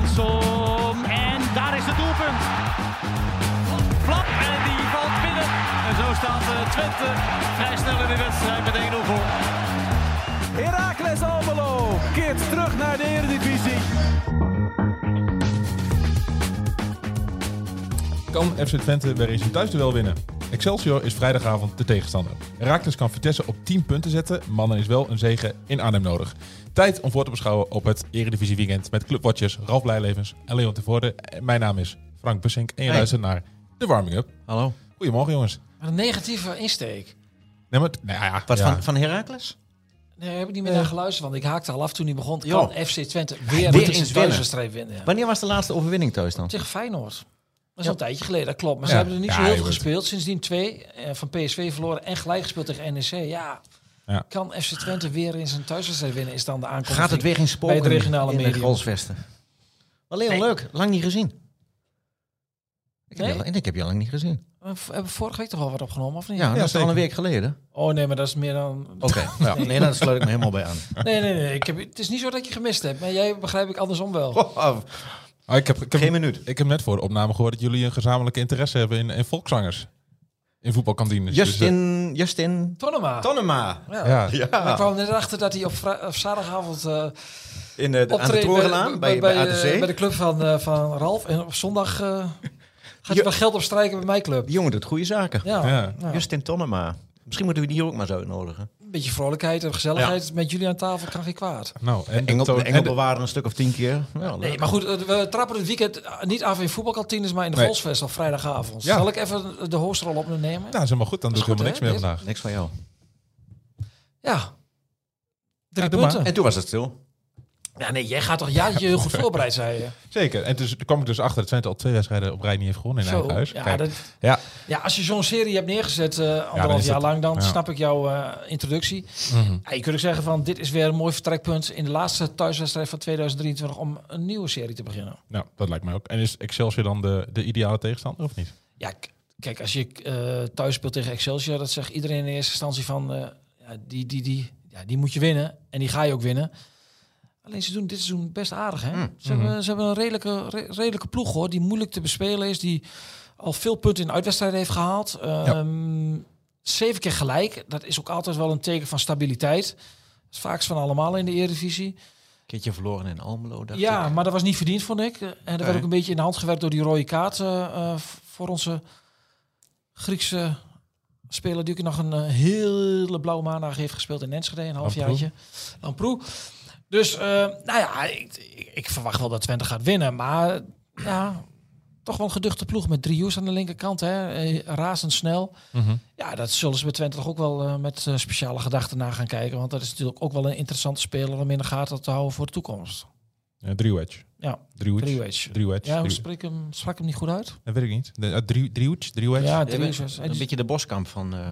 Jansson. En daar is het doelpunt. Flap en die valt binnen. En zo staat Twente vrij snel in de wedstrijd met 1-0 voor. Heracles Almelo keert terug naar de Eredivisie. Kan FC Twente weer eens een thuisduel winnen? Excelsior is vrijdagavond de tegenstander. Heracles kan Vitesse op 10 punten zetten, maar dan is wel een zege in Arnhem nodig. Tijd om voor te beschouwen op het Eredivisie weekend met clubwatchers Ralf Blijlevens en Leon Tevoorde. Mijn naam is Frank Bussink en je luistert naar de Warming Up. Hallo. Goedemorgen jongens. Een negatieve insteek. Nee, maar, nou ja, Wat ja. van Heracles? Nee, heb ik niet meer naar geluisterd, want ik haakte al af toen hij begon. Jo. Kan FC Twente weer Weer eens eens een thuiswedstrijd winnen? Ja. Wanneer was de laatste overwinning thuis dan? Tegen Feyenoord. Dat is al een tijdje geleden, dat klopt. Maar ze Ja. hebben er niet Ja, zo heel je veel weet. gespeeld. Sindsdien 2 van PSV verloren en gelijk gespeeld tegen NEC. Ja. Kan FC Twente weer eens een thuiswedstrijd winnen? Is dan de aankondiging. Gaat het weer geen spoken bij het regionale in de medium? Grolsvesten? Wel heel leuk. Lang niet gezien. Nee? Ik heb je al lang niet gezien. We hebben vorige week toch al wat opgenomen, of niet? Ja, dat is al zeker. een week geleden. Oh nee, maar dat is meer dan... Oké. Ja. Nee, daar sluit ik me helemaal bij aan. Nee. Het is niet zo dat je gemist hebt. Maar jij begrijp ik andersom wel. Ik heb Geen minuut. Ik heb net voor de opname gehoord dat jullie een gezamenlijke interesse hebben in volkszangers. In voetbalkantines. Justin Tonnema. Ja. Ja. Ik kwam net achter dat hij op zaterdagavond In aan de optreedt Torenlaan bij ATC. bij de club van Ralf. En op zondag gaat hij wel geld opstrijken bij mijn club. Die jongen doet goede zaken. Ja. Justin Tonnema. Misschien moeten we die hier ook maar zo uitnodigen. Een beetje vrolijkheid en gezelligheid met jullie aan tafel kan geen kwaad. Nou, en De Engel bewaren een stuk of 10 keer. Ja, Nee, maar goed, we trappen het weekend niet af in voetbalkantines, maar in de Volksfest op vrijdagavond. Ja. Zal ik even de hoofdrol op me nemen? Nou, dat is helemaal goed. Dan doe ik Dat is helemaal goed, niks hè? meer vandaag. Niks van jou. Ja. 3 doe punten. maar. En toen was het stil. Ja, nee, jij gaat toch jaartje heel goed voorbereid, zei je. Zeker. En toen kwam ik dus achter dat Twente al 2 wedstrijden op rij niet heeft gewonnen in Zo, eigen huis. ja, Kijk. dat- Ja. als je zo'n serie hebt neergezet dan anderhalf is jaar dat- lang, dan ja. snap ik jouw introductie. Mhm. Ja, je kunt ook zeggen van, dit is weer een mooi vertrekpunt in de laatste thuiswedstrijd van 2023 om een nieuwe serie te beginnen. Nou, dat lijkt mij ook. En is Excelsior dan de ideale tegenstander of niet? Ja, kijk, als je thuis speelt tegen Excelsior, dat zegt iedereen in eerste instantie van, die moet je winnen en die ga je ook winnen. Alleen ze doen dit seizoen best aardig, hè? Ze hebben een redelijke ploeg, hoor, die moeilijk te bespelen is, die al veel punten in uitwedstrijden heeft gehaald. 7 keer gelijk, dat is ook altijd wel een teken van stabiliteit. Dat is vaakst van allemaal in de Eredivisie. Een keertje verloren in Almelo. dacht Ja, ik. maar dat was niet verdiend, vond ik. En er werd ook een beetje in de hand gewerkt door die rode kaart voor onze Griekse speler die ook nog een hele blauwe maandag heeft gespeeld in Enschede, een halfjaartje. Lamproe. Dus, ik verwacht wel dat Twente gaat winnen. Maar ja, toch wel een geduchte ploeg met 3 Joes aan de linkerkant. Hè, razendsnel. Ja, dat zullen ze bij Twente toch ook wel met speciale gedachten na gaan kijken. Want dat is natuurlijk ook wel een interessante speler om in de gaten te houden voor de toekomst. Driewedge. Ja, Driewedge. Ja, hoe sprak ik hem niet goed uit? Dat weet ik niet. Driewedge? Ja, Driewedge. Een beetje de Boskamp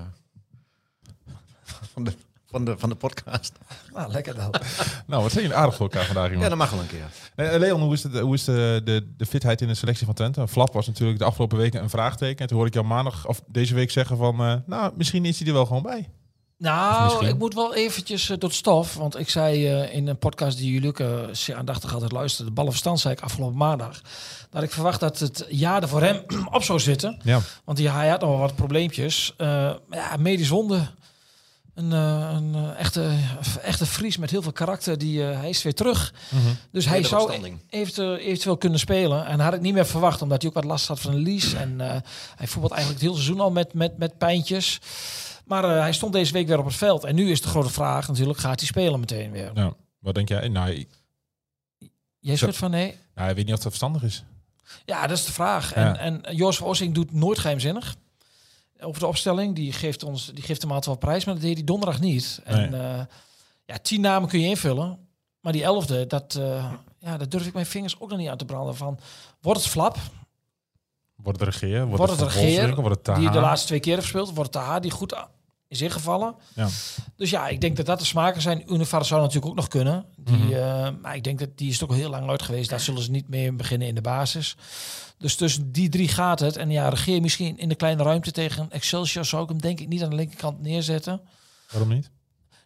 van de podcast. Nou, lekker dan. Nou, wat zijn jullie aardig voor elkaar vandaag, jongen. Ja, dat mag wel een keer. Leon, hoe is de fitheid in de selectie van Twente? Flap was natuurlijk de afgelopen weken een vraagteken. En toen hoorde ik jou maandag of deze week zeggen van, misschien is hij er wel gewoon bij. Nou, Misschien. ik moet wel eventjes door het stof. Want ik zei in een podcast die jullie ook zeer aandachtig altijd luisteren, de Ballenverstand, zei ik afgelopen maandag, dat ik verwacht dat het jaar er voor hem op zou zitten. Ja. Want hij had nog wel wat probleempjes. Medisch wonde. Een echte Fries met heel veel karakter. Hij is weer terug. Dus hij zou eventueel kunnen spelen. En had ik niet meer verwacht, omdat hij ook wat last had van een lies. En hij voetbalt eigenlijk het hele seizoen al met pijntjes. Maar hij stond deze week weer op het veld. En nu is de grote vraag natuurlijk, gaat hij spelen meteen weer? Ja. Wat denk jij? Nou, Jij schudt van nee? Nou, ik weet niet of dat verstandig is. Ja, dat is de vraag. Ja. En Joost van Ossing doet nooit geheimzinnig over de opstelling. Die geeft hem altijd wel prijs, maar dat deed hij donderdag niet. Nee. En 10 namen kun je invullen. Maar die 11e, dat durf ik mijn vingers ook nog niet aan te branden van. Wordt het Flap? Wordt het Regeer? Wordt het Regeer? Wordt het Taha? Die de laatste 2 keer heeft gespeeld? Wordt het Taha die goed is ingevallen? Ja. Dus ja, ik denk dat de smaken zijn. Univar zou natuurlijk ook nog kunnen. Maar ik denk dat die is toch al heel lang uit geweest. Daar zullen ze niet meer beginnen in de basis. Dus tussen die 3 gaat het. En ja, Regeer misschien in de kleine ruimte tegen Excelsior zou ik hem denk ik niet aan de linkerkant neerzetten. Waarom niet?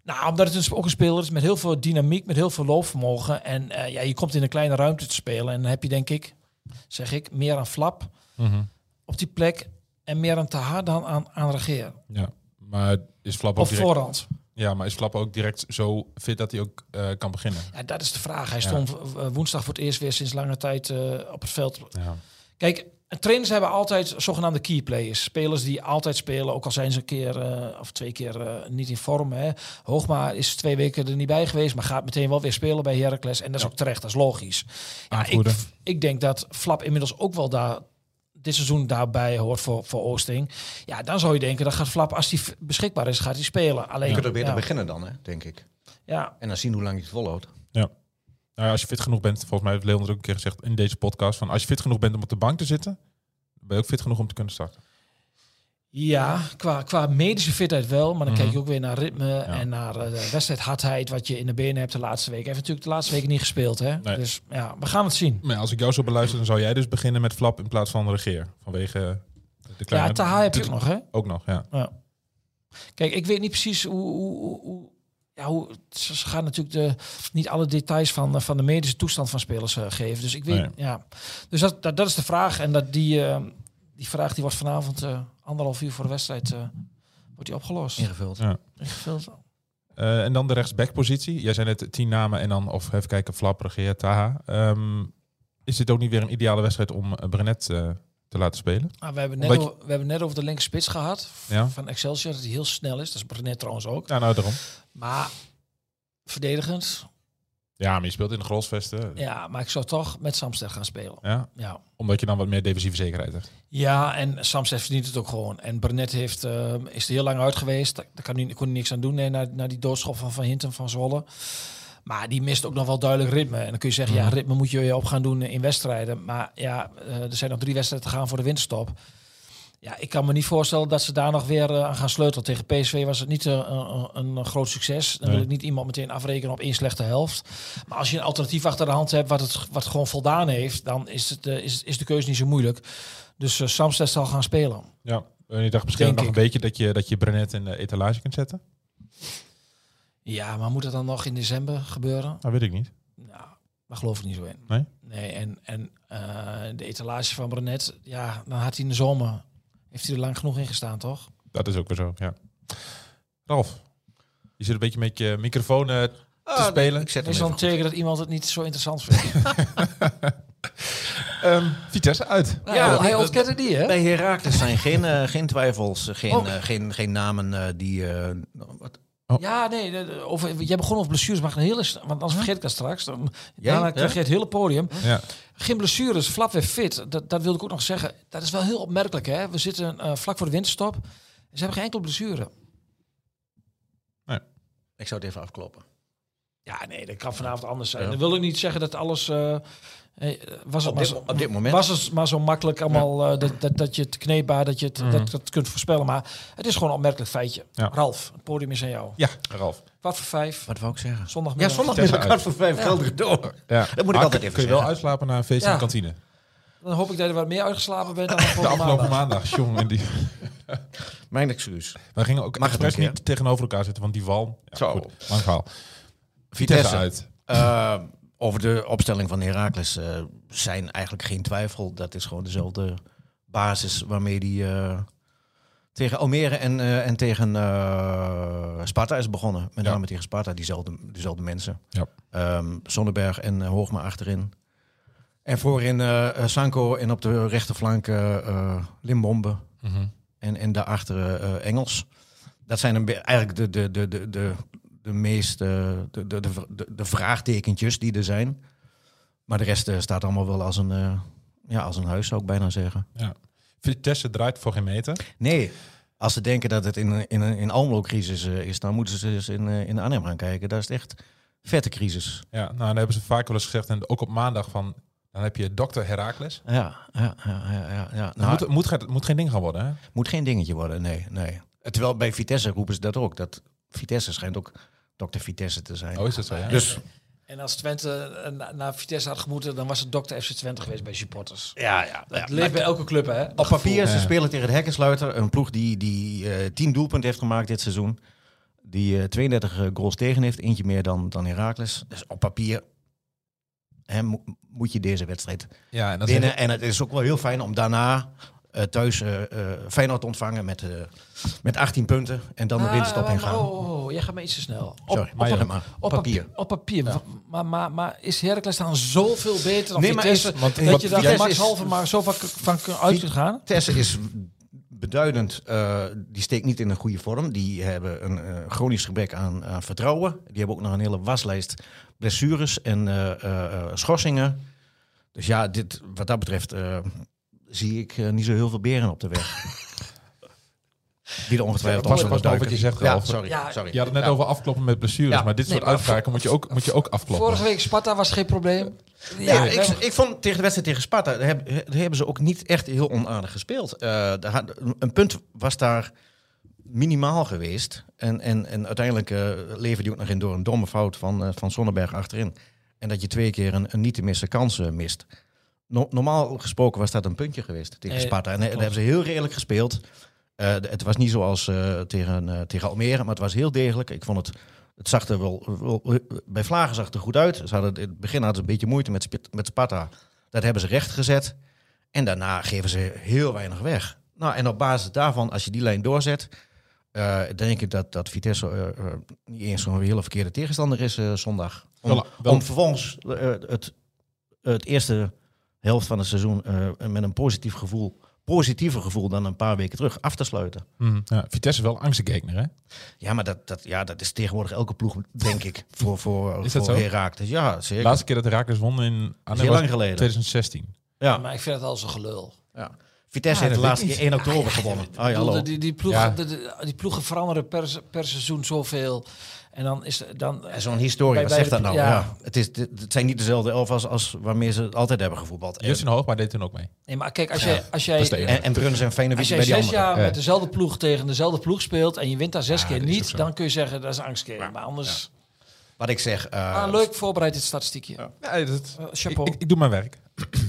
Nou, omdat het ook een speler is met heel veel dynamiek, met heel veel loopvermogen. En je komt in een kleine ruimte te spelen. En dan heb je, denk ik, meer aan Flap op die plek. En meer aan Taha dan aan Regeer. Ja, maar is Flap ook Op direct... voorhand. Ja, maar is Flap ook direct zo fit dat hij ook kan beginnen? Ja, dat is de vraag. Hij stond woensdag voor het eerst weer sinds lange tijd op het veld. Ja. Kijk, trainers hebben altijd zogenaamde key players. Spelers die altijd spelen, ook al zijn ze een keer of 2 keer niet in vorm. Hè. Hoogma is 2 weken er niet bij geweest, maar gaat meteen wel weer spelen bij Heracles. En dat is ook terecht, dat is logisch. Ja, ik denk dat Flap inmiddels ook wel dit seizoen daarbij hoort voor Oosting. Ja, dan zou je denken, dat gaat Flap, als hij beschikbaar is, gaat hij spelen. Alleen, je kunt er beter beginnen dan, hè, denk ik. Ja. En dan zien hoe lang je het volhoudt. Ja. Nou, als je fit genoeg bent, volgens mij heeft Leon er ook een keer gezegd in deze podcast, van als je fit genoeg bent om op de bank te zitten, ben je ook fit genoeg om te kunnen starten. Ja, qua medische fitheid wel, maar dan kijk je ook weer naar ritme en naar wedstrijdhardheid, wat je in de benen hebt de laatste week. Hij heeft natuurlijk de laatste weken niet gespeeld, hè? Nee. Dus ja, we gaan het zien. Maar als ik jou zo beluister, dan zou jij dus beginnen met Flap in plaats van Regeer. Vanwege de kleine... Ja, Taha heb je ook nog, hè? Ook nog, ja. Kijk, ik weet niet precies hoe ze gaan natuurlijk niet alle details van de medische toestand van spelers geven. Dus ik weet, Dus dat is de vraag. En die vraag die wordt vanavond 1,5 uur voor de wedstrijd wordt die opgelost. Ingevuld. Ja. Ingevuld. En dan de rechtsbackpositie. Jij zei net 10 namen en dan, of even kijken, Flap, Regeer, Taha. Is dit ook niet weer een ideale wedstrijd om Brenet te laten spelen? We hebben net over de linker spits gehad van Excelsior, dat hij heel snel is. Dat is Brenet trouwens ook. Ja, nou daarom. Maar verdedigend. Ja, maar je speelt in de Grolsvesten. Ja, maar ik zou toch met Samsted gaan spelen. Ja? Omdat je dan wat meer defensieve zekerheid hebt. Ja, en Samsted verdient het ook gewoon. En Brenet is er heel lang uit geweest. Daar kon hij niks aan doen naar die doodschop van Hinten van Zwolle. Maar die mist ook nog wel duidelijk ritme. En dan kun je zeggen, ritme moet je op gaan doen in wedstrijden. Maar ja, er zijn nog 3 wedstrijden te gaan voor de winterstop. Ja, ik kan me niet voorstellen dat ze daar nog weer aan gaan sleutelen. Tegen PSV was het niet een groot succes. Dan wil ik niet iemand meteen afrekenen op 1 slechte helft. Maar als je een alternatief achter de hand hebt wat gewoon voldaan heeft, dan is de keuze niet zo moeilijk. Dus Samsted zal gaan spelen. Ja, en je dacht misschien nog een beetje dat je Brenet in de etalage kunt zetten? Ja, maar moet het dan nog in december gebeuren? Dat weet ik niet. Nou, daar geloof ik niet zo in. Nee, en de etalage van Brenet, ja, dan had hij in de zomer... Heeft hij er lang genoeg in gestaan, toch? Dat is ook weer zo, ja. Ralf, je zit een beetje met je microfoon te spelen. Ik zet hem tegen dat iemand het niet zo interessant vindt. Vitesse uit. Ja, hij ontkent het niet, hè? Bij Heracles zijn geen twijfels, geen namen die... Ja, nee, jij begon over blessures, maar want anders vergeet ik dat straks. Daarna krijg je het hele podium. Ja. Geen blessures, Flap weer fit. Dat wilde ik ook nog zeggen. Dat is wel heel opmerkelijk, hè? We zitten vlak voor de winterstop. Ze hebben geen enkele blessure. Nee. Ik zou het even afkloppen. Ja, nee, dat kan vanavond anders zijn. Dan wil ik niet zeggen dat alles... op dit moment was het maar zo makkelijk allemaal dat je het kneedbaar, dat je dat kunt voorspellen. Maar het is gewoon een opmerkelijk feitje. Ja. Ralf, het podium is aan jou. Ja, Ralf. 4:45. Wat wou ik zeggen? Zondagmiddag. Ja, zondagmiddag 4:45 geldig door. Ja. Dat moet ik altijd even kun je wel uitslapen naar een feest in de kantine? Dan hoop ik dat je wat meer uitgeslapen bent dan de afgelopen maandag. Jongen, Mijn excuus. Wij gingen ook expres niet tegenover elkaar zitten, want die val... Ja, zo. Goed, lang verhaal. Vitesse uit. Over de opstelling van Heracles zijn eigenlijk geen twijfel. Dat is gewoon dezelfde basis waarmee die tegen Almere en tegen Sparta is begonnen. Met name tegen Sparta, diezelfde mensen. Ja. Zonneberg en Hoogma achterin. En voorin Sanko en op de rechterflank Limbombe. En daarachter Engels. Dat zijn eigenlijk de meeste de vraagtekentjes die er zijn. Maar de rest staat allemaal wel als een huis, zou ik bijna zeggen. Ja. Vitesse draait voor geen meter. Nee, als ze denken dat het in Almelo crisis is, dan moeten ze dus in Arnhem gaan kijken. Dat is echt vette crisis. Ja, nou, dan hebben ze vaak wel eens gezegd, en ook op maandag van, dan heb je dokter Heracles. Ja. Nou, moet geen ding gaan worden, hè? Moet geen dingetje worden, nee. Terwijl bij Vitesse roepen ze dat ook. Dat Vitesse schijnt ook dokter Vitesse te zijn. Oh, is dat zo, ja? Dus... En als Twente naar Vitesse had gemoeten, dan was het dokter FC Twente geweest bij supporters. Ja. Dat leeft bij elke club, hè? Op papier, ze spelen tegen de Hekkensluiter. Een ploeg die 10 doelpunten heeft gemaakt dit seizoen. die 32 goals tegen heeft. Eentje meer dan Heracles. Dus op papier moet je deze wedstrijd winnen. En het is ook wel heel fijn om daarna thuis Feyenoord te ontvangen met 18 punten. En dan de winterstop ingaan. Oh, jij gaat me iets te snel. Sorry, op papier. Op papier. Ja. Maar is Heracles dan zoveel beter dan Vitesse? Maar Dat je daar makshalve maar zo van uit kunt gaan? Vitesse is beduidend. Die steekt niet in een goede vorm. Die hebben een chronisch gebrek aan vertrouwen. Die hebben ook nog een hele waslijst blessures en schorsingen. Dus ja, wat dat betreft zie ik niet zo heel veel beren op de weg. Die er ongetwijfeld Pas wat je zegt, Ralf. Sorry. Je had het net over afkloppen met blessures, maar dit soort uitspraken moet je ook afkloppen. Vorige week Sparta was geen probleem. Ja, ik vond tegen de wedstrijd tegen Sparta, daar hebben ze ook niet echt heel onaardig gespeeld. Een punt was daar minimaal geweest. En uiteindelijk leverde die ook nog in door een domme fout van Sonnenberg achterin. En dat je 2 keer een niet te missen kans mist. Normaal gesproken was dat een puntje geweest tegen Sparta. En daar hebben ze heel redelijk gespeeld. Het was niet zoals tegen Almere, maar het was heel degelijk. Ik vond het zag er wel bij Vlagen zag het er goed uit. In het begin hadden ze een beetje moeite met Sparta. Dat hebben ze recht gezet. En daarna geven ze heel weinig weg. Nou, en op basis daarvan, als je die lijn doorzet, denk ik dat Vitesse niet eens zo'n hele verkeerde tegenstander is zondag. Om vervolgens het eerste helft van het seizoen met een positiever gevoel dan een paar weken terug af te sluiten. Ja, Vitesse is wel angstgekner, hè? Ja, maar dat is tegenwoordig elke ploeg, denk ik, voor Heracles. Ja, zeker. De laatste keer dat Heracles won in heel lang geleden. 2016. Ja. Maar ik vind het al zo gelul. Ja. Vitesse heeft de laatste keer 1 oktober gewonnen. Hallo. Die ploegen veranderen per seizoen zoveel. En dan is zo'n historie, wat zegt dat nou? Ja. Het zijn niet dezelfde elf als waarmee ze altijd hebben gevoetbald. Justin Hoogma deed toen ook mee. Nee, maar kijk, als jij en Bruns en Feyenoord als jij bij die 6 anderen. jaar met dezelfde ploeg tegen dezelfde ploeg speelt en je wint daar 6 keer dat is ook niet, zo. dan kun je zeggen dat is angstkeer. Maar anders... Wat ik zeg... leuk voorbereid dit statistiekje. Chapeau. Ik doe mijn werk.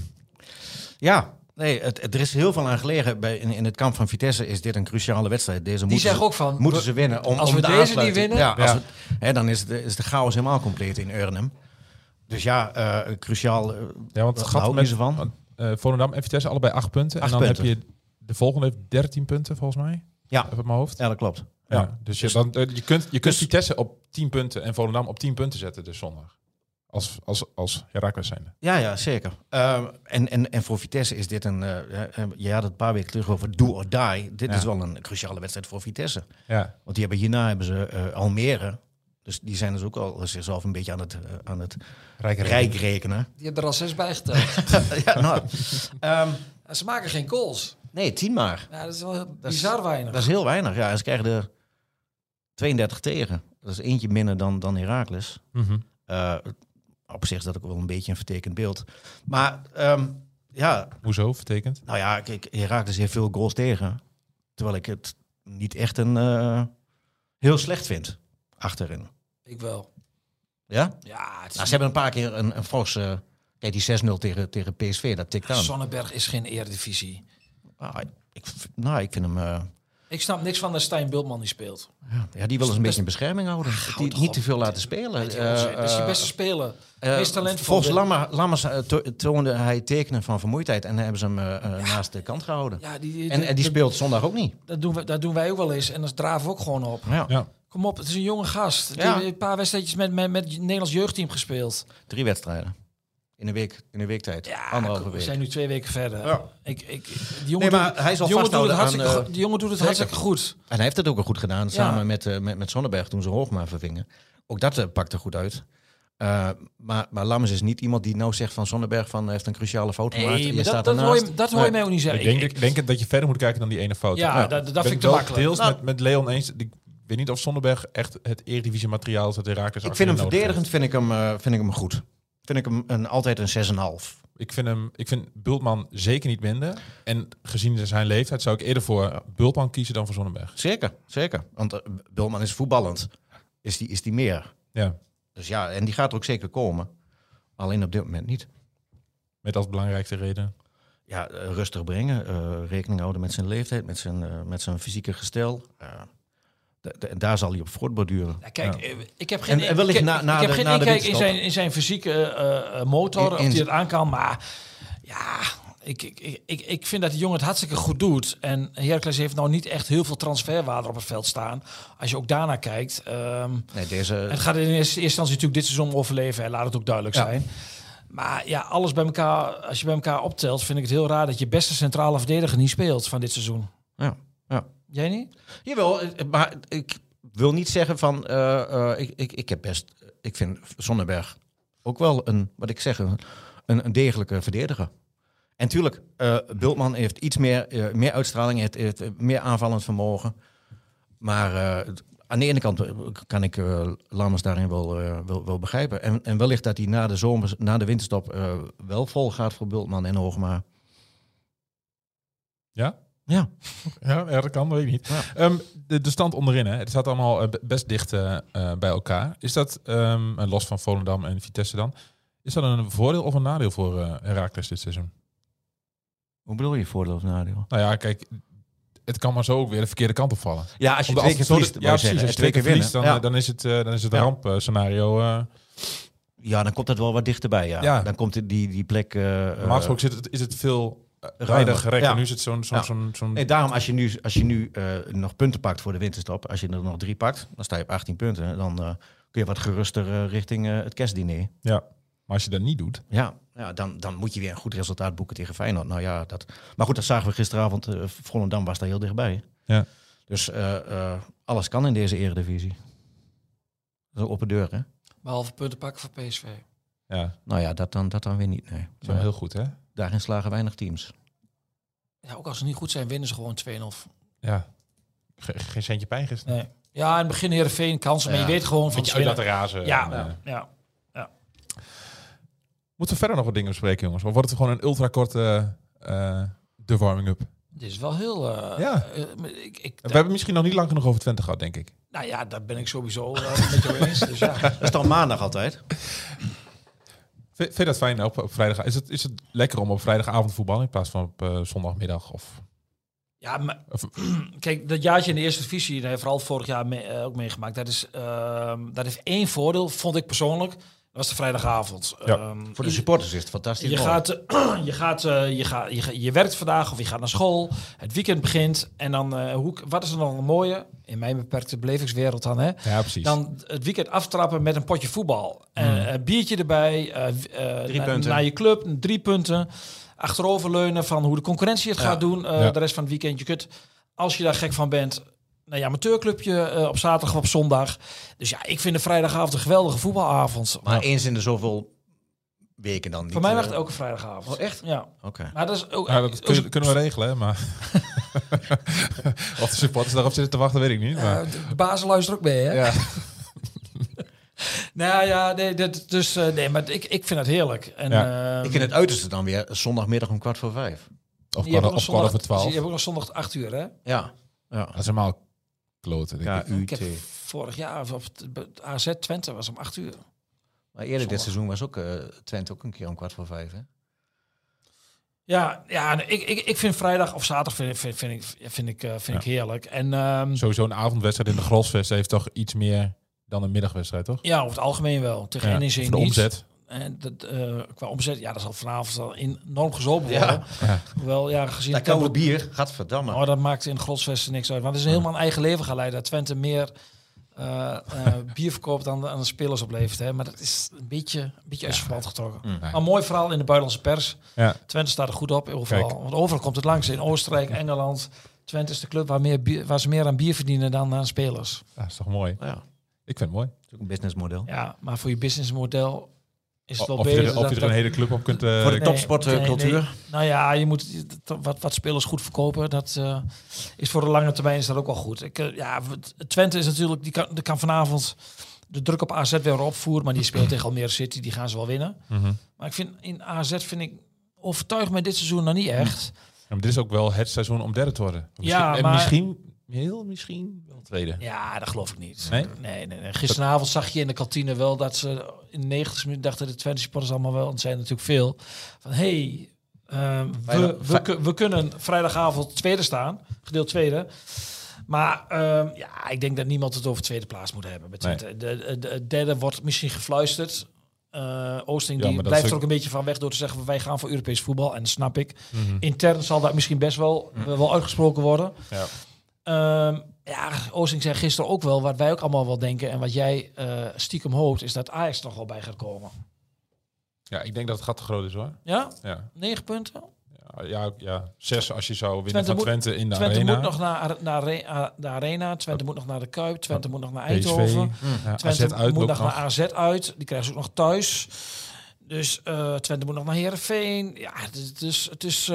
Ja, nee, er is heel veel aan gelegen. In het kamp van Vitesse is dit een cruciale wedstrijd. Die zeggen ook van... Moeten ze winnen. Als we deze niet winnen... Dan is de chaos helemaal compleet in Arnhem. Dus cruciaal. Want het gaat met van. Volendam en Vitesse allebei 8 punten. 8 en dan punten. heb je de volgende heeft 13 punten volgens mij. Ja, op mijn hoofd. Ja, dat klopt. Ja. Dus je kunt Vitesse op 10 punten en Volendam op 10 punten zetten dus zondag. Als Heracles zijnde. Ja, zeker. En voor Vitesse is dit je had het een paar weken terug over do or die. Dit is wel een cruciale wedstrijd voor Vitesse. Ja. Want hierna hebben ze Almere. Dus die zijn dus ook al zichzelf een beetje aan het rijk rekenen. Die hebben er al 6 bij geteld. Ze maken geen goals. Nee, 10 maar. Ja, dat is wel bizar weinig. Dat is heel weinig. Ja, en ze krijgen er 32 tegen. Dat is eentje minder dan Heracles. Mm-hmm. Op zich is dat ook wel een beetje een vertekend beeld. Maar Hoezo vertekend? Nou ja, kijk, Heracles heeft veel goals tegen. Terwijl ik het niet echt heel slecht vind achterin. Ik wel. Ja? Ja. Ze hebben een paar keer een forse... Kijk, die 6-0 tegen PSV, dat tikt aan. Sonnenberg is geen eredivisie. Ik vind hem... Ik snap niks van de Stijn Bultman die speelt. Ja, die wil eens een beetje in bescherming houden. Die niet te veel laten spelen. Dat is je beste speler. Meest talentvol. Volgens Lammers toonde hij tekenen van vermoeidheid. En hebben ze hem naast de kant gehouden. Ja, die speelt zondag ook niet. Dat doen wij ook wel eens. En dat draven we ook gewoon op. Ja. Kom op, het is een jonge gast. Die heeft een paar wedstrijdjes met het Nederlands jeugdteam gespeeld. 3 wedstrijden. In een week tijd. Ja, 1,5 week. We zijn nu 2 weken verder. Ja. Die jongen doet het hartstikke goed. En hij heeft het ook al goed gedaan. Samen met Sonnenberg toen ze Hoogma vervingen. Ook dat pakte goed uit. Maar Lammers is niet iemand die nou zegt van Sonnenberg van heeft een cruciale fout gemaakt. Nee, dat hoor je mij ook niet zeggen. Ik denk dat je verder moet kijken dan die ene fout. Ja, dat vind ik te makkelijk. Deels met Leon eens. Ik weet niet of Sonnenberg echt het Eredivisie materiaal is dat Heracles. Ik vind hem verdedigend vind ik hem goed. Vind ik hem altijd een 6,5. Ik vind Bultman zeker niet minder. En gezien zijn leeftijd zou ik eerder voor Bultman kiezen dan voor Sonnenberg. Zeker. Want Bultman is voetballend. Is die meer. Ja. Dus ja, en die gaat er ook zeker komen. Alleen op dit moment niet. Met als belangrijkste reden? Ja, rustig brengen. Rekening houden met zijn leeftijd, met zijn fysieke gestel. daar zal hij op voortborduren. Ja, kijk, ik heb geen, En wellicht na ik heb de- geen na de inkijk winterstop. in zijn fysieke motor, of hij het aan kan. Maar ja, ik vind dat die jongen het hartstikke goed doet. En Heracles heeft nou niet echt heel veel transferwaarde op het veld staan. Als je ook daarnaar kijkt. Het gaat in eerste instantie natuurlijk dit seizoen overleven. En laat het ook duidelijk zijn. Maar ja, alles bij elkaar, als je bij elkaar optelt, vind ik het heel raar dat je beste centrale verdediger niet speelt van dit seizoen. Ja. Jij niet? Jawel, maar ik wil niet zeggen van... Ik vind Sonnenberg ook wel een degelijke verdediger. En tuurlijk, Bultman heeft iets meer uitstraling, heeft meer aanvallend vermogen. Maar aan de ene kant kan ik Lammers daarin wel begrijpen. En wellicht dat hij na de winterstop wel vol gaat voor Bultman en Hoogma. Ja? Ja. Ja, dat kan, weet ik niet. Ja. De stand onderin, hè? Het staat allemaal best dicht bij elkaar. Is dat, los van Volendam en Vitesse dan, is dat een voordeel of een nadeel voor Heracles dit seizoen? Hoe bedoel je voordeel of nadeel? Nou ja, kijk, het kan maar zo ook weer de verkeerde kant opvallen. Ja, als je Omdat 2 keer verliest, ja, precies. Als je 2 keer verliest, winnen. dan is het een rampscenario. Ja, dan komt het wel wat dichterbij. Ja. Dan komt die plek... Normaal gesproken is het veel ruimer. gerekt. Ja. En nu is het zo'n... Nee, daarom, als je nu nog punten pakt voor de winterstop, als je er nog 3 pakt, dan sta je op 18 punten. Dan kun je wat geruster richting het kerstdiner. Ja, maar als je dat niet doet... Ja, dan moet je weer een goed resultaat boeken tegen Feyenoord. Nou ja, maar goed, dat zagen we gisteravond. Volendam was daar heel dichtbij. Ja. Dus alles kan in deze eredivisie. Dat is een open deur, hè? Behalve punten pakken voor PSV. Ja, Nou ja, dat dan weer niet, nee. dat is wel heel goed, hè? Daarin slagen weinig teams. Ja, ook als ze niet goed zijn, winnen ze gewoon 2-0. Ja. Geen centje pijn gisteren. Nee. Ja, in het begin Heerenveen kansen, maar je weet gewoon van Beetje uit laten winnen. razen. Ja, ja. Moeten we verder nog wat dingen bespreken, jongens? Of wordt het gewoon een ultrakorte de warming-up? Dit is wel heel... Ja. We hebben misschien nog niet lang genoeg over Twente gehad, denk ik. Nou ja, daar ben ik sowieso met jou eens. Dus ja. Dat is dan maandag altijd. Vind je dat fijn op vrijdag? Is het lekker om op vrijdagavond te voetballen in plaats van op zondagmiddag? Of... Ja, maar kijk, dat jaartje in de eerste divisie, vooral vorig jaar ook meegemaakt. Dat heeft één voordeel, vond ik persoonlijk. Dat was de vrijdagavond. Ja. Voor de supporters is het fantastisch. Je werkt vandaag of je gaat naar school. Het weekend begint. En dan, wat is er dan een mooie? In mijn beperkte belevingswereld dan, hè? Ja, precies. Dan het weekend aftrappen met een potje voetbal. Biertje erbij. 3 punten. Naar je club, 3 punten. Achteroverleunen van hoe de concurrentie het gaat doen. De rest van het weekend. Je kunt, als je daar gek van bent, naar je amateurclubje op zaterdag of op zondag. Dus ja, ik vind de vrijdagavond een geweldige voetbalavond. Maar eens in de zoveel weken dan niet. Voor mij mag het elke vrijdagavond. Oh, echt? Ja. Oké. Maar dat is ook... Ja, dat kunnen we regelen, hè? Maar of de supporters daarop zitten te wachten, weet ik niet. Maar... de baas luistert ook mee, hè? Ja. Nou ja, nee, maar ik vind het heerlijk. En, Ik vind het uiterste dan weer zondagmiddag om 4:45. Of je hebt ook kwart nog over 12. Je hebt ook nog zondag 8 uur, hè? Ja. Dat is helemaal kloten, denk ik. Ik heb vorig jaar op AZ Twente was om 8 uur. Maar eerder dit seizoen was ook Twente ook een keer om 4:45. Hè? Ja, ik vind vrijdag of zaterdag vind ik heerlijk. En Sowieso een avondwedstrijd in de Grosvest heeft toch iets meer dan een middagwedstrijd, toch? ja, over het algemeen wel. Tegen NEC voor niet. de omzet. En qua omzet, ja, dat zal vanavond al enorm gezopen worden. Ja. Hoewel, ja, gezien Dat koude bier, gadverdamme. Oh, dat maakt in Grosvesten niks uit. Want het is helemaal een eigen leven geleid. Dat Twente meer bier verkoopt dan de spelers oplevert. Hè. Maar dat is een beetje uit zijn verband getrokken. Nee. Maar een mooi verhaal in de buitenlandse pers. Ja. Twente staat er goed op overal. Kijk. Want overal komt het langs. In Oostenrijk, Engeland. Twente is de club waar ze meer aan bier verdienen dan aan spelers. Ja, dat is toch mooi? Ja, dat Ik vind het mooi. is ook een businessmodel. Ja, maar voor je businessmodel is het wel Of je beter. er een hele club op kunt... Voor de topsportcultuur. Nee. Nou ja, je moet wat spelers goed verkopen. Dat is voor de lange termijn is dat ook wel goed. Twente is natuurlijk, die kan vanavond de druk op AZ weer opvoeren, maar die speelt tegen Almere City, die gaan ze wel winnen. Maar ik vind in AZ overtuigt mij dit seizoen nog niet echt. Ja, maar dit is ook wel het seizoen om derde te worden. Misschien wel tweede. Ja, dat geloof ik niet. Nee? Nee. Gisteravond zag je in de kantine wel dat ze in de 90 minuten dachten de Twente supporters allemaal wel, en het zijn natuurlijk veel, van we kunnen vrijdagavond tweede staan, gedeeld tweede. Maar ik denk dat niemand het over tweede plaats moet hebben. Met Twente. De derde wordt misschien gefluisterd. Oosting die blijft er ook een beetje van weg door te zeggen... wij gaan voor Europees voetbal. En dat snap ik. Mm-hmm. Intern zal dat misschien best wel uitgesproken worden. Ja. Oosting zei gisteren ook wel... wat wij ook allemaal wel denken... en wat jij stiekem hoopt... is dat Ajax toch wel bij gaat komen. Ja, ik denk dat het gat te groot is, hoor. Ja? Ja. 9 punten? Ja, 6 als je zou winnen van Twente in de Arena. Twente moet nog naar de Arena. Twente moet nog naar de Kuip. Twente moet nog naar Eindhoven. Twente AZ moet nog naar AZ uit. Die krijgen ze ook nog thuis. Dus Twente moet nog naar Heerenveen. Ja, het is...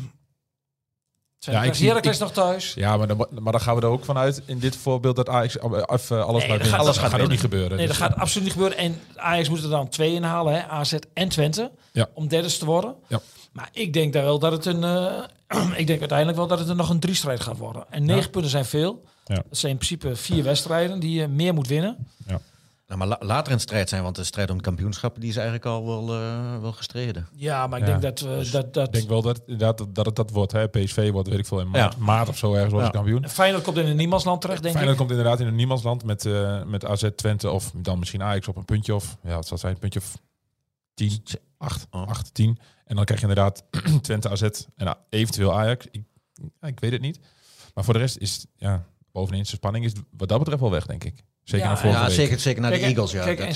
Heracles nog thuis. Ja, maar dan gaan we er ook vanuit in dit voorbeeld dat Ajax alles gaat alles gaat ook niet gebeuren. Nee, dat gaat absoluut niet gebeuren. En Ajax moet er dan 2 inhalen, hè? AZ en Twente, om derde te worden. Ja. Maar ik denk daar wel dat het ik denk uiteindelijk wel dat het er nog een 3-strijd gaat worden. En 9 punten zijn veel. Ja. Dat zijn in principe 4 wedstrijden die je meer moet winnen. Ja. Nou, maar later in strijd zijn, want de strijd om het kampioenschap die is eigenlijk al wel gestreden. Ja, maar ik denk dat ik denk wel dat het wordt. Hè. PSV wordt, weet ik veel, in maart of zo ergens wordt kampioen. Feyenoord komt in een niemandsland terecht, denk ik. Feyenoord komt inderdaad in een niemandsland met AZ, Twente of dan misschien Ajax op een puntje of... Ja, wat zal zijn? Een puntje of 10, 8, 10. En dan krijg je inderdaad Twente, AZ en eventueel Ajax. Ik weet het niet. Maar voor de rest is bovenin zijn spanning is wat dat betreft wel weg, denk ik. Zeker naar vorige week. Zeker naar de Eagles. Ja, kijk, en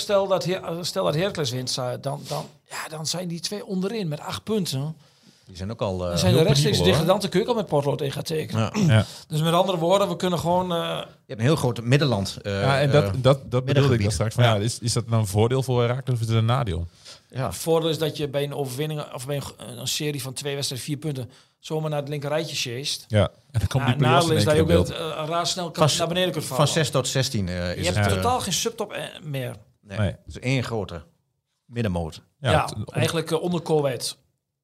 stel dat Heracles wint, dan zijn die 2 onderin met 8 punten. Die zijn ook al... dan zijn de rechtstreeks degradante kun je al met Potlood in gaat tekenen. Ja. Dus met andere woorden, we kunnen gewoon... Je hebt een heel groot middenland. En dat bedoelde ik dan straks. Van, is dat nou een voordeel voor Heracles of is het een nadeel? Ja. Het voordeel is dat je bij een overwinning of bij een serie van 2 wedstrijden 4 punten zomaar naar het linker rijtje sjeest. Ja, en dan komt die nadeel is dat je ook razendsnel naar beneden kunt vallen. Van 6 tot 16 is je hebt totaal geen subtop meer. Nee. Het is 1 grote middenmoot. Eigenlijk onder Corwet.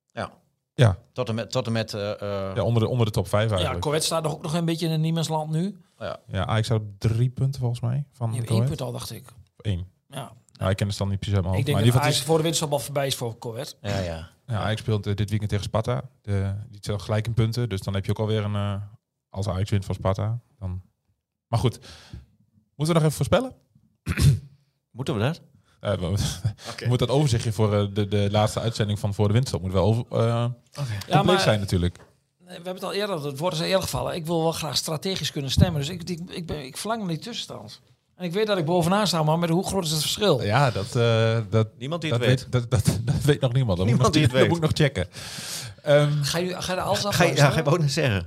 Ja. Tot en met onder de top 5 eigenlijk. Ja, Corwet staat ook nog een beetje in een niemandsland nu. Ja, Ajax had 3 punten volgens mij. Van 1 punt al, dacht ik. 1. Ja. Ik ken het dan niet precies helemaal. Ik denk dat Ajax voor de winst al voorbij is voor Corwet. Ja, Ajax speelt dit weekend tegen Sparta. Die telt gelijk in punten. Dus dan heb je ook alweer een... als Ajax wint van Sparta. Dan... Maar goed. Moeten we nog even voorspellen? Moeten we dat? We moeten dat overzichtje voor de laatste uitzending van Voor de Winterstop. Moet wel compleet zijn natuurlijk. We hebben het al eerder, het woord is al eerder gevallen. Ik wil wel graag strategisch kunnen stemmen. Dus ik verlang naar die tussenstand. En ik weet dat ik bovenaan sta, maar hoe groot is het verschil? Ja, dat niemand die het weet. Dat weet nog niemand. Dat moet ik nog checken. Ga je er alles af? Ga je ook niet zeggen?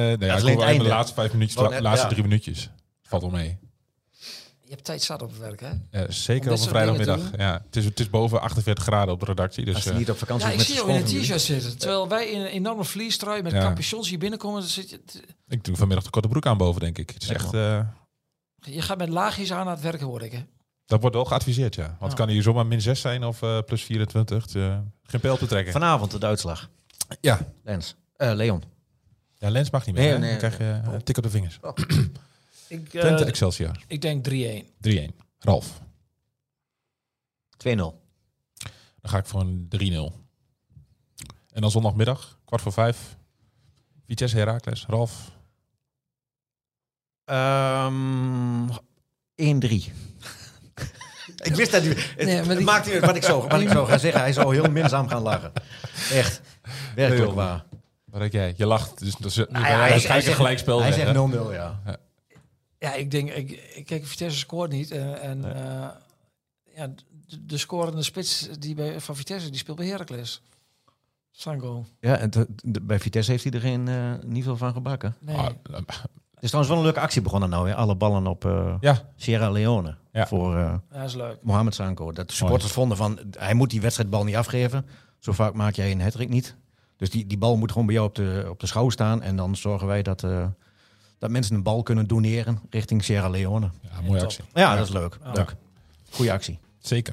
De laatste 5 minuutjes, laatste 3 minuutjes. Valt wel mee. Je hebt tijd zat op het werk, hè? Zeker op een vrijdagmiddag. Ja, het is boven 48 graden op de redactie. Dus, als je niet op vakantie ik zie jou in een t-shirt zitten. Terwijl wij in een enorme vliestrui met capuchons hier binnenkomen. Ik doe vanmiddag de korte broek aan boven, denk ik. Het is echt... Je gaat met laagjes aan het werk, hoor ik, hè? Dat wordt wel geadviseerd, ja. Want kan hier zomaar min 6 zijn of plus 24. Geen pijl te trekken. Vanavond de uitslag. Ja. Leon. Ja, Lens mag niet meer. Nee. Dan krijg je een tik op de vingers. Twente Excelsior. Ik denk 3-1. 3-1. Ralf. 2-0. Dan ga ik voor een 3-0. En dan zondagmiddag, 4:15. Vitesse Heracles. Ralf. 1-3. Ik wist dat het maakt niet uit wat ik zo ga zeggen. Hij zou heel minzaam gaan lachen. Echt. Werkelijk waar. Wat denk jij? Je lacht. Dus hij zegt een gelijkspel. Hij zegt 0-0, ja. Ja, ik denk... Kijk, Vitesse scoort niet. De scorende spits van Vitesse, die speelt bij Heracles. Sango. Ja, en bij Vitesse heeft hij er niet veel van gebakken. Nee. Het is trouwens wel een leuke actie begonnen nou. Hè? Alle ballen op Sierra Leone. Ja. Voor is leuk. Mohamed Sanko. Dat de supporters vonden van... Hij moet die wedstrijdbal niet afgeven. Zo vaak maak jij een hat-trick niet. Dus die bal moet gewoon bij jou op de schouw staan. En dan zorgen wij dat mensen een bal kunnen doneren richting Sierra Leone. Ja, mooie actie. Ja, dat is leuk. Ja. Leuk. Goeie actie. Zeker.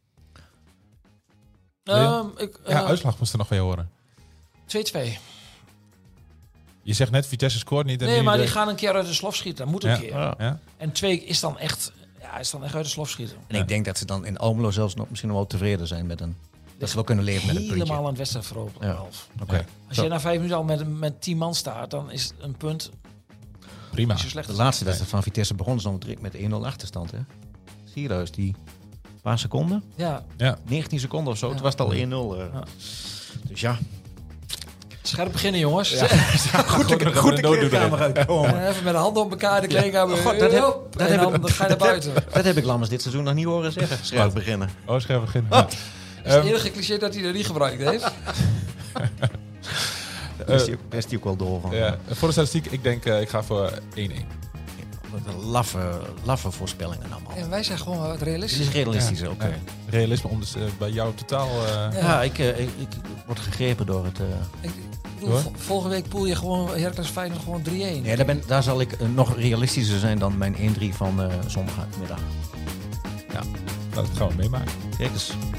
Uitslag moest er nog van je horen. 2-2. Je zegt net, Vitesse scoort niet. Nee, maar die gaan een keer uit de slof schieten. Dat moet een keer. Ja. En 2 is dan echt uit de slof schieten. En ik denk dat ze dan in Almelo zelfs misschien nog wel tevreden zijn met een... Dat ze wel kunnen leven met een puntje. Helemaal aan het wedstrijd veroveren. Ja. Okay. Als je na 5 minuten al met 10 man staat, dan is een punt... prima. Niet zo slecht. De laatste wedstrijd van Vitesse begon ze direct met 1-0 achterstand. Hè? Sierhuis, die paar seconden, Ja, 19 seconden of zo, toen was het al 1-0. Ja. Dus ja, scherp beginnen, jongens. goed de kleedkamer uitkomen. Even met de handen op elkaar, de kleedkamer. God, dat ga je naar buiten. Dat heb ik Lammers dit seizoen nog niet horen zeggen. Scherp beginnen. Oh, scherp begin. Dat is het enige cliché dat hij er niet gebruikt heeft. Daar is hij ook wel door van. Voor de statistiek, ik denk, ik ga voor 1-1. Wat een laffe voorspellingen allemaal. En wij zijn gewoon wat Dit realistisch. is realistisch, oké. Ja. Realisme om dus bij jou totaal... Ja, ik word gegrepen door het... Ik bedoel, volgende week poel je gewoon Heracles Feyenoord gewoon 3-1. Ja, daar zal ik nog realistischer zijn dan mijn 1-3 van zondagmiddag. Nou, dat gaan we meemaken. Kijk eens.